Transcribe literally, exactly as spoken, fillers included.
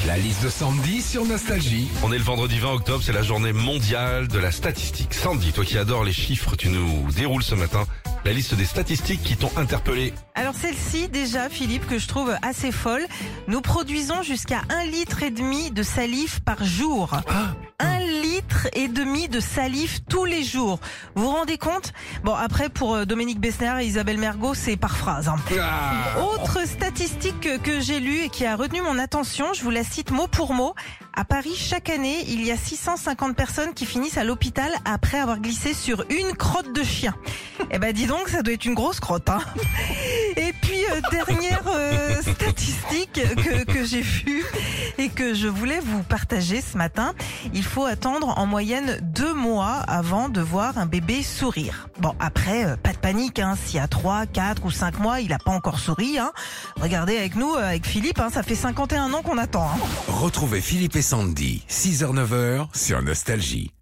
La liste de Sandy sur Nostalgie. On est le vendredi vingt octobre, c'est la journée mondiale de la statistique. Sandy, toi qui adores les chiffres, tu nous déroules ce matin la liste des statistiques qui t'ont interpellé. Alors celle-ci déjà, Philippe, que je trouve assez folle. Nous produisons jusqu'à un litre et demi de salive par jour. Ah. Un litre et demi de salive tous les jours. Vous vous rendez compte? Bon, après, pour euh, Dominique Besnéard et Isabelle Mergo, c'est par phrase. Hein. Ah. Autre statistique que, que j'ai lue et qui a retenu mon attention, je vous la cite mot pour mot. À Paris, chaque année, il y a six cent cinquante personnes qui finissent à l'hôpital après avoir glissé sur une crotte de chien. Eh ben, dis donc, ça doit être une grosse crotte, hein. Et puis, euh, dernière euh, statistique que, que j'ai vue et que je voulais vous partager ce matin. Il faut attendre en moyenne deux mois avant de voir un bébé sourire. Bon, après, euh, pas de panique, hein. S'il y a trois, quatre ou cinq mois, il a pas encore souri, hein. Regardez avec nous, avec Philippe, hein, ça fait cinquante et un ans qu'on attend, hein. Retrouvez Philippe et Sandy, six heures neuf heures sur Nostalgie.